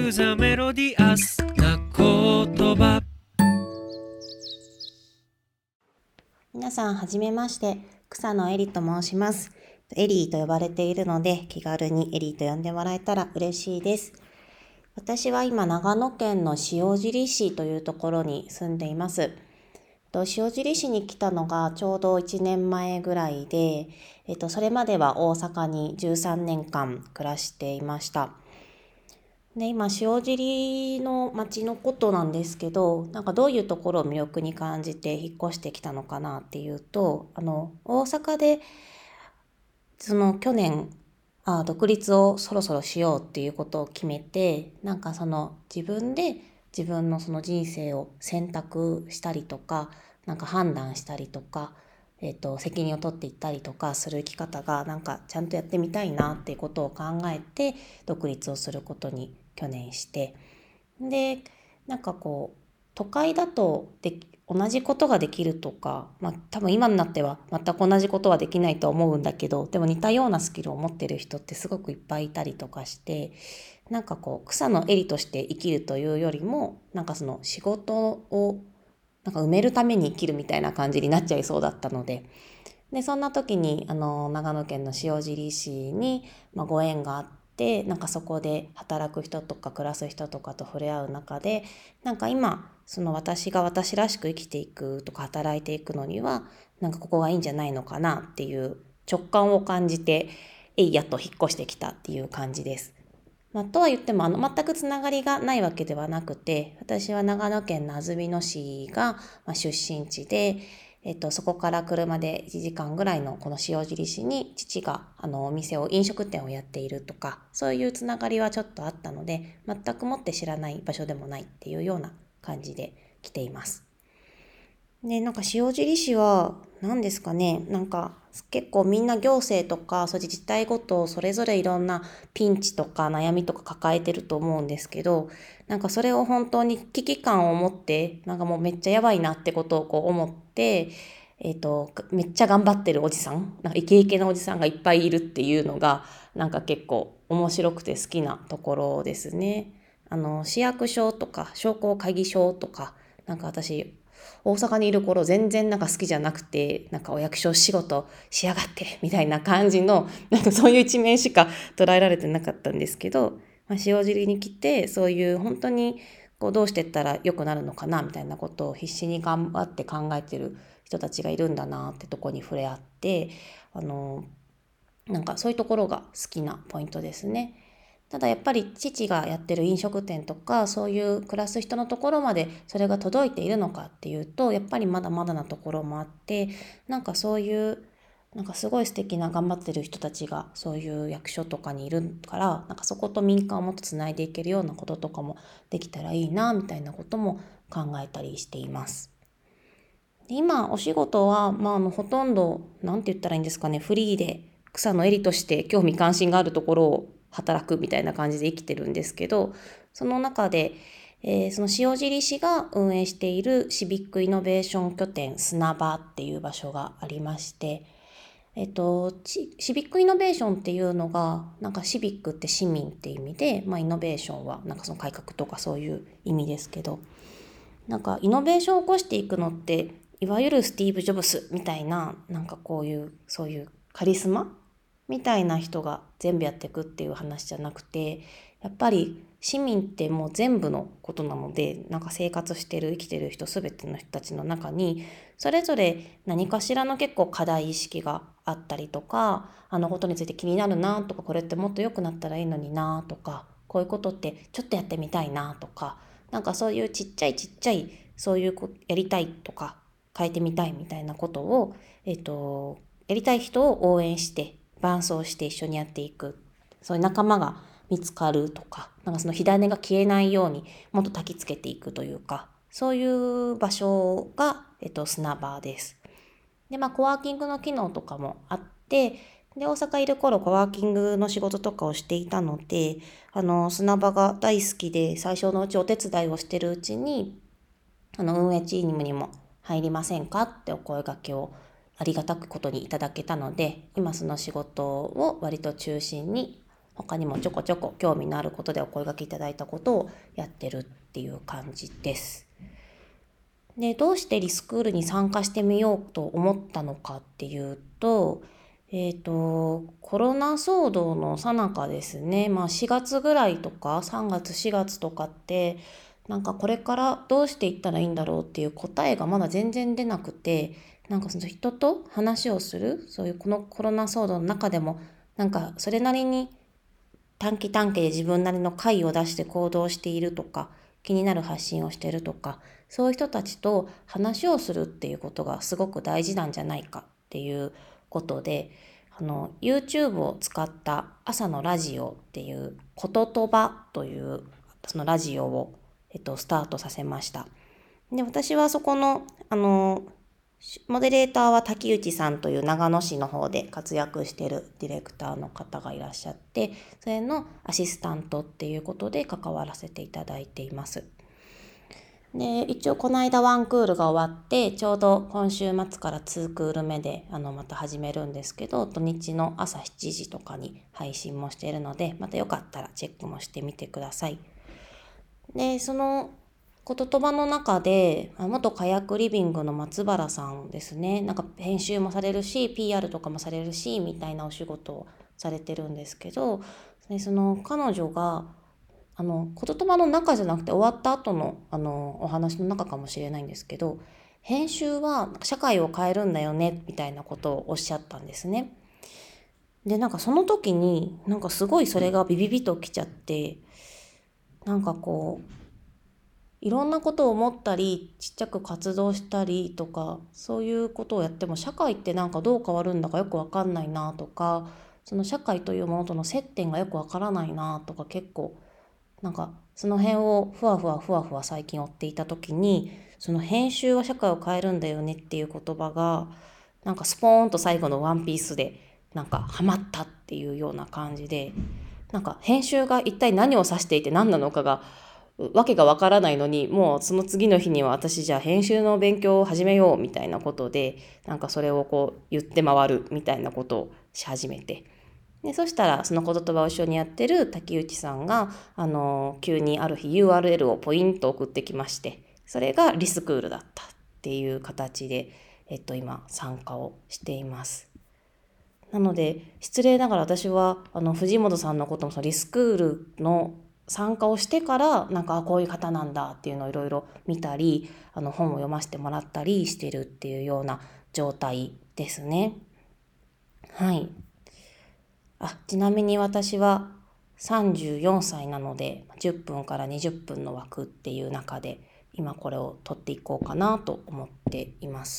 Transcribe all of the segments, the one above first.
クザメロディアスな言葉。 皆さんはじめまして、草野エリと申します。エリーと呼ばれているので、気軽にエリーと呼んでもらえたら嬉しいです。私は今長野県の塩尻市というところに住んでいます。塩尻市に来たのがちょうど1年前ぐらいで、それまでは大阪に13年間暮らしていました。で、今塩尻の町のことなんですけど、なんかどういうところを魅力に感じて引っ越してきたのかなっていうと、大阪で去年独立をそろそろしようっていうことを決めて、なんか自分で自分のその人生を選択したりとか、なんか判断したりとか、責任を取っていったりとかする生き方がなんかちゃんとやってみたいなっていうことを考えて独立をすることに去年して、でなんか都会だと同じことができるとか、多分今になっては全く同じことはできないと思うんだけど、でも似たようなスキルを持ってる人ってすごくいっぱいいたりとかして、なんか草の襟として生きるというよりも、なんかその仕事をなんか埋めるために生きるみたいな感じになっちゃいそうだったので、そんな時に長野県の塩尻市に、ご縁があって、なんかそこで働く人とか暮らす人とかと触れ合う中で、なんか今その私が私らしく生きていくとか働いていくのには、なんかここがいいんじゃないのかなっていう直感を感じて、やっと引っ越してきたっていう感じです。とは言っても全くつながりがないわけではなくて、私は長野県の安曇野市が出身地で、そこから車で1時間ぐらいのこの塩尻市に父がお店を飲食店をやっているとか、そういうつながりはちょっとあったので、全くもって知らない場所でもないっていうような感じで来ています。で、なんか塩尻市は何ですかね、なんか結構みんな行政とかそういう自治体ごとそれぞれいろんなピンチとか悩みとか抱えてると思うんですけど、なんかそれを本当に危機感を持って、なんかもうめっちゃやばいなってことを思って、めっちゃ頑張ってるおじさん、なんかイケイケなおじさんがいっぱいいるっていうのが、なんか結構面白くて好きなところですね。市役所とか商工会議所とか、なんか私大阪にいる頃全然なんか好きじゃなくて、なんかお役所仕事しやがってみたいな感じの、なんかそういう一面しか捉えられてなかったんですけど、塩尻に来てそういう本当にどうしていったら良くなるのかなみたいなことを必死に頑張って考えてる人たちがいるんだなってとこに触れ合って、なんかそういうところが好きなポイントですね。ただやっぱり父がやってる飲食店とかそういう暮らす人のところまでそれが届いているのかっていうと、やっぱりまだまだなところもあって、なんかそういうなんかすごい素敵な頑張ってる人たちがそういう役所とかにいるから、なんかそこと民間をもっとつないでいけるようなこととかもできたらいいなみたいなことも考えたりしています。で今お仕事は、ほとんどなんて言ったらいいんですかね、フリーで草の襟として興味関心があるところを働くみたいな感じで生きてるんですけど、その中で、その塩尻市が運営しているシビックイノベーション拠点砂場っていう場所がありまして、シビックイノベーションっていうのが、なんかシビックって市民って意味で、イノベーションはなんかその改革とかそういう意味ですけど、なんかイノベーションを起こしていくのっていわゆるスティーブ・ジョブスみたいな、なんかそういうカリスマみたいな人が全部やっていくっていう話じゃなくて、やっぱり市民ってもう全部のことなので、なんか生活してる生きてる人全ての人たちの中にそれぞれ何かしらの結構課題意識があったりとか、あのことについて気になるなとか、これってもっと良くなったらいいのになとか、こういうことってちょっとやってみたいなとか、なんかそういうちっちゃいそういうやりたいとか変えてみたいみたいなことを、やりたい人を応援して伴走して一緒にやっていく、そういう仲間が見つかるとか、なんかその火種が消えないようにもっと焚きつけていくというか、そういう場所が、砂場です。で、コワーキングの機能とかもあって、で、大阪いる頃コワーキングの仕事とかをしていたので、砂場が大好きで、最初のうちお手伝いをしてるうちに、運営チームにも入りませんかってお声掛けをありがたくことにいただけたので、今その仕事を割と中心に他にもちょこちょこ興味のあることでお声掛けいただいたことをやってるっていう感じです。で、どうしてリスクールに参加してみようと思ったのかっていうと、コロナ騒動の最中ですね、4月ぐらいとか3月4月とかってなんかこれからどうしていったらいいんだろうっていう答えがまだ全然出なくて、なんかその人と話をする、そういうこのコロナ騒動の中でもなんかそれなりに短期で自分なりの解を出して行動しているとか、気になる発信をしているとか、そういう人たちと話をするっていうことがすごく大事なんじゃないかっていうことで、YouTube を使った朝のラジオっていうこととばというそのラジオを、スタートさせました。で、私はそこのモデレーターは滝内さんという長野市の方で活躍しているディレクターの方がいらっしゃって、それのアシスタントっていうことで関わらせていただいています。で、一応この間ワンクールが終わって、ちょうど今週末から2クール目でまた始めるんですけど、土日の朝7時とかに配信もしているので、またよかったらチェックもしてみてください。で、その言葉の中で、元カヤックリビングの松原さんですね、なんか編集もされるし PR とかもされるしみたいなお仕事をされてるんですけど、でその彼女が言葉の中じゃなくて終わった後のお話の中かもしれないんですけど、編集は社会を変えるんだよねみたいなことをおっしゃったんですね。で、なんかその時になんかすごいそれがビビビときちゃって、なんかこういろんなことを思ったりちっちゃく活動したりとか、そういうことをやっても社会ってなんかどう変わるんだかよくわかんないなとか、その社会というものとの接点がよくわからないなとか、結構なんかその辺をふわふわ最近追っていた時に、その編集は社会を変えるんだよねっていう言葉がなんかスポーンと最後のワンピースでなんかハマったっていうような感じで、なんか編集が一体何を指していて何なのかがわけがわからないのに、もうその次の日には私じゃあ編集の勉強を始めようみたいなことで、なんかそれをこう言って回るみたいなことをし始めて、でそしたらその言葉を一緒にやってる竹内さんが急にある日 URL をポインと送ってきまして、それがリスクールだったっていう形で、今参加をしています。なので失礼ながら私は藤本さんのこともそのリスクールの参加をしてからなんかこういう方なんだっていうのをいろいろ見たり本を読ませてもらったりしてるっていうような状態ですね。はい。ちなみに私は34歳なので10分から20分の枠っていう中で今これを取っていこうかなと思っています。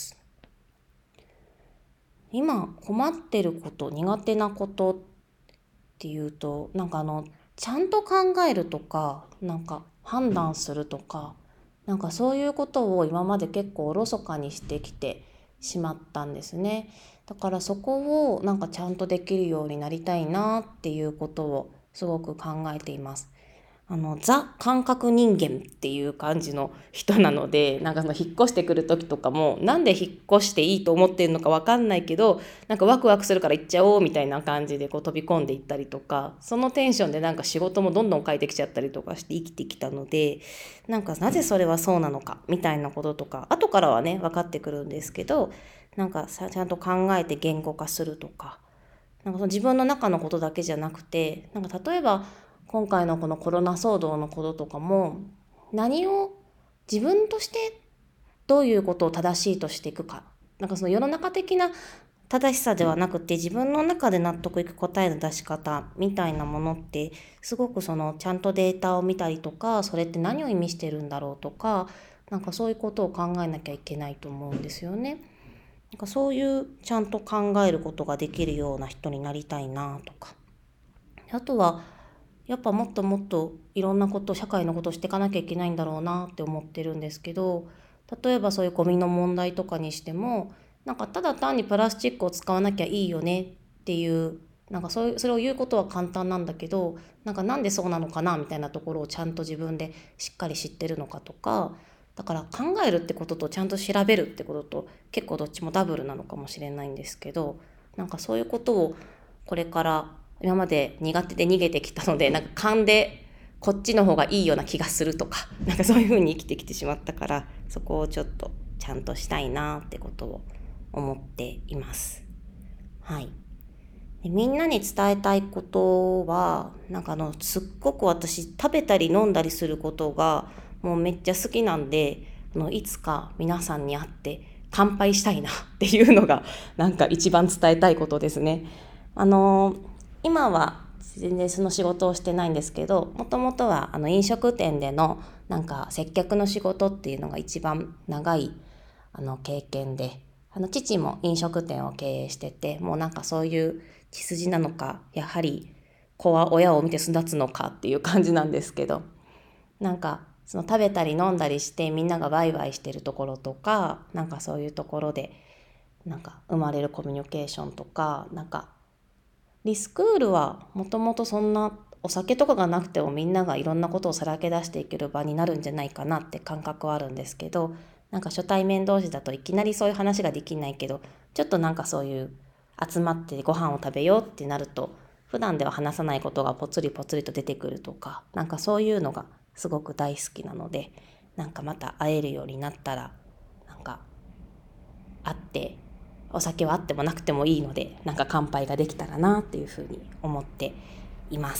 今困ってること、苦手なことっていうと、なんかちゃんと考えるとか、なんか判断するとか、なんかそういうことを今まで結構おろそかにしてきてしまったんですね。だからそこをなんかちゃんとできるようになりたいなっていうことをすごく考えています。ザ感覚人間っていう感じの人なので、なんかその引っ越してくる時とかもなんで引っ越していいと思ってるのか分かんないけど、なんかワクワクするから行っちゃおうみたいな感じでこう飛び込んでいったりとか、そのテンションでなんか仕事もどんどん変えてきちゃったりとかして生きてきたので、なんかなぜそれはそうなのかみたいなこととか後からはね分かってくるんですけど、なんかちゃんと考えて言語化するとか、なんかその自分の中のことだけじゃなくて、なんか例えば今回のこのコロナ騒動のこととかも、何を自分としてどういうことを正しいとしていくか、なんかその世の中的な正しさではなくて自分の中で納得いく答えの出し方みたいなものってすごくそのちゃんとデータを見たりとか、それって何を意味してるんだろうとか、なんかそういうことを考えなきゃいけないと思うんですよね。なんかそういうちゃんと考えることができるような人になりたいなとか、あとはやっぱもっともっといろんなこと、社会のことをしていかなきゃいけないんだろうなって思ってるんですけど、例えばそういうゴミの問題とかにしても、なんかただ単にプラスチックを使わなきゃいいよねっていう、なんかそれを言うことは簡単なんだけど、なんでそうなのかなみたいなところをちゃんと自分でしっかり知ってるのかとか、だから考えるってこととちゃんと調べるってことと結構どっちもダブルなのかもしれないんですけど、なんかそういうことをこれから今まで苦手で逃げてきたので、なんか勘でこっちの方がいいような気がするとか、なんかそういう風に生きてきてしまったから、そこをちょっとちゃんとしたいなってことを思っています。はい。でみんなに伝えたいことは、なんかすっごく私食べたり飲んだりすることがもうめっちゃ好きなんで、いつか皆さんに会って乾杯したいなっていうのがなんか一番伝えたいことですね。今は全然その仕事をしてないんですけど、もともとは飲食店でのなんか接客の仕事っていうのが一番長い経験で、父も飲食店を経営してて、もうなんかそういう血筋なのか、やはり子は親を見て育つのかっていう感じなんですけど、なんかその食べたり飲んだりしてみんながワイワイしてるところとか、なんかそういうところでなんか生まれるコミュニケーションとか、なんかリスクールはもともとそんなお酒とかがなくてもみんながいろんなことをさらけ出していける場になるんじゃないかなって感覚はあるんですけど、なんか初対面同士だといきなりそういう話ができないけど、ちょっとなんかそういう集まってご飯を食べようってなると、普段では話さないことがぽつりぽつりと出てくるとか、なんかそういうのがすごく大好きなので、なんかまた会えるようになったら、なんか会って、お酒はあってもなくてもいいので、なんか乾杯ができたらなっていうふうに思っています。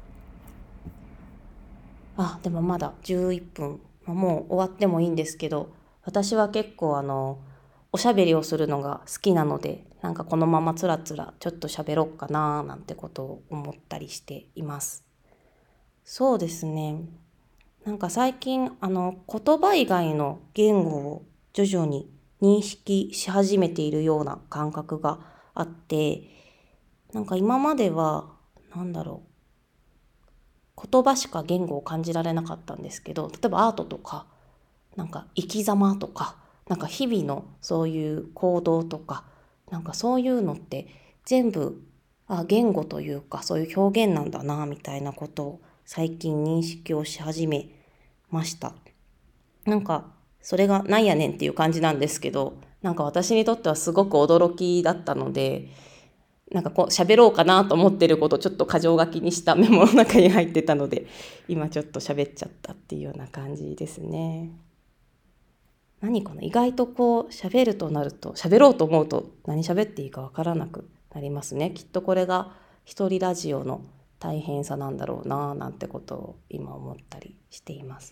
でもまだ11分、もう終わってもいいんですけど、私は結構おしゃべりをするのが好きなので、なんかこのままつらつらちょっと喋ろうかななんてことを思ったりしています。そうですね。なんか最近言葉以外の言語を徐々に認識し始めているような感覚があって、なんか今までは言葉しか言語を感じられなかったんですけど、例えばアートとかなんか生き様とか、なんか日々のそういう行動とか、なんかそういうのって全部言語というかそういう表現なんだなみたいなことを最近認識をし始めました。なんかそれがなんやねんっていう感じなんですけど、なんか私にとってはすごく驚きだったので、なんかこう喋ろうかなと思ってることをちょっと箇条書きにしたメモの中に入ってたので、今ちょっと喋っちゃったっていうような感じですね。何かな、意外とこう喋るとなると、喋ろうと思うと何喋っていいかわからなくなりますね。きっとこれが一人ラジオの大変さなんだろうななんてことを今思ったりしています。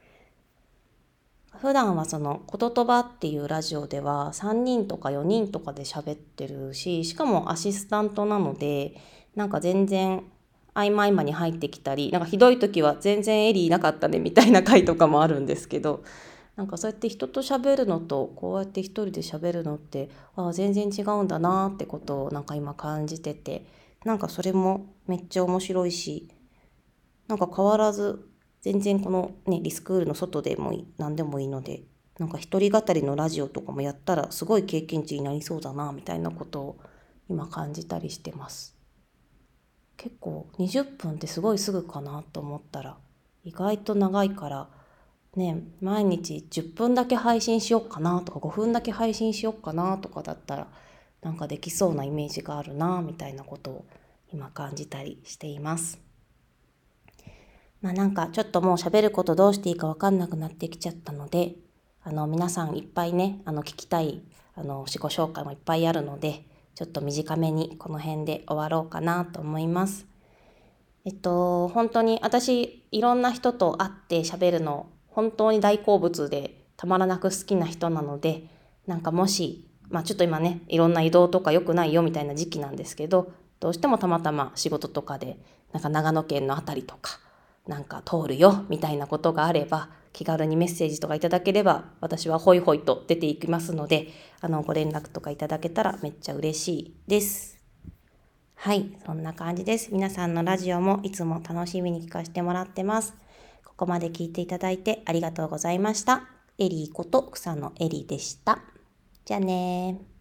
普段はその言葉っていうラジオでは3人とか4人とかで喋ってるし、しかもアシスタントなので、なんか全然合間合間に入ってきたり、なんかひどい時は全然エリーいなかったねみたいな回とかもあるんですけど、なんかそうやって人と喋るのとこうやって一人で喋るのって全然違うんだなってことをなんか今感じてて、なんかそれもめっちゃ面白いし、なんか変わらず全然このねリスクールの外でも何でもいいので、なんか一人語りのラジオとかもやったらすごい経験値になりそうだなみたいなことを今感じたりしてます。結構20分ってすごいすぐかなと思ったら意外と長いからね、毎日10分だけ配信しようかなとか5分だけ配信しようかなとかだったらなんかできそうなイメージがあるなみたいなことを今感じたりしています。なんかちょっともう喋ることどうしていいか分かんなくなってきちゃったので、皆さんいっぱいね聞きたい自己紹介もいっぱいあるので、ちょっと短めにこの辺で終わろうかなと思います。本当に私いろんな人と会って喋るの本当に大好物でたまらなく好きな人なので、なんかもしちょっと今ねいろんな移動とか良くないよみたいな時期なんですけど、どうしてもたまたま仕事とかでなんか長野県のあたりとかなんか通るよみたいなことがあれば、気軽にメッセージとかいただければ私はホイホイと出ていきますので、ご連絡とかいただけたらめっちゃ嬉しいです。はい、そんな感じです。皆さんのラジオもいつも楽しみに聞かせてもらってます。ここまで聞いていただいてありがとうございました。エリーこと草野エリでした。じゃあねー。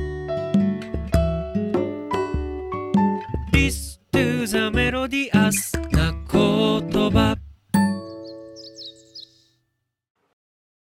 Listen to the melodious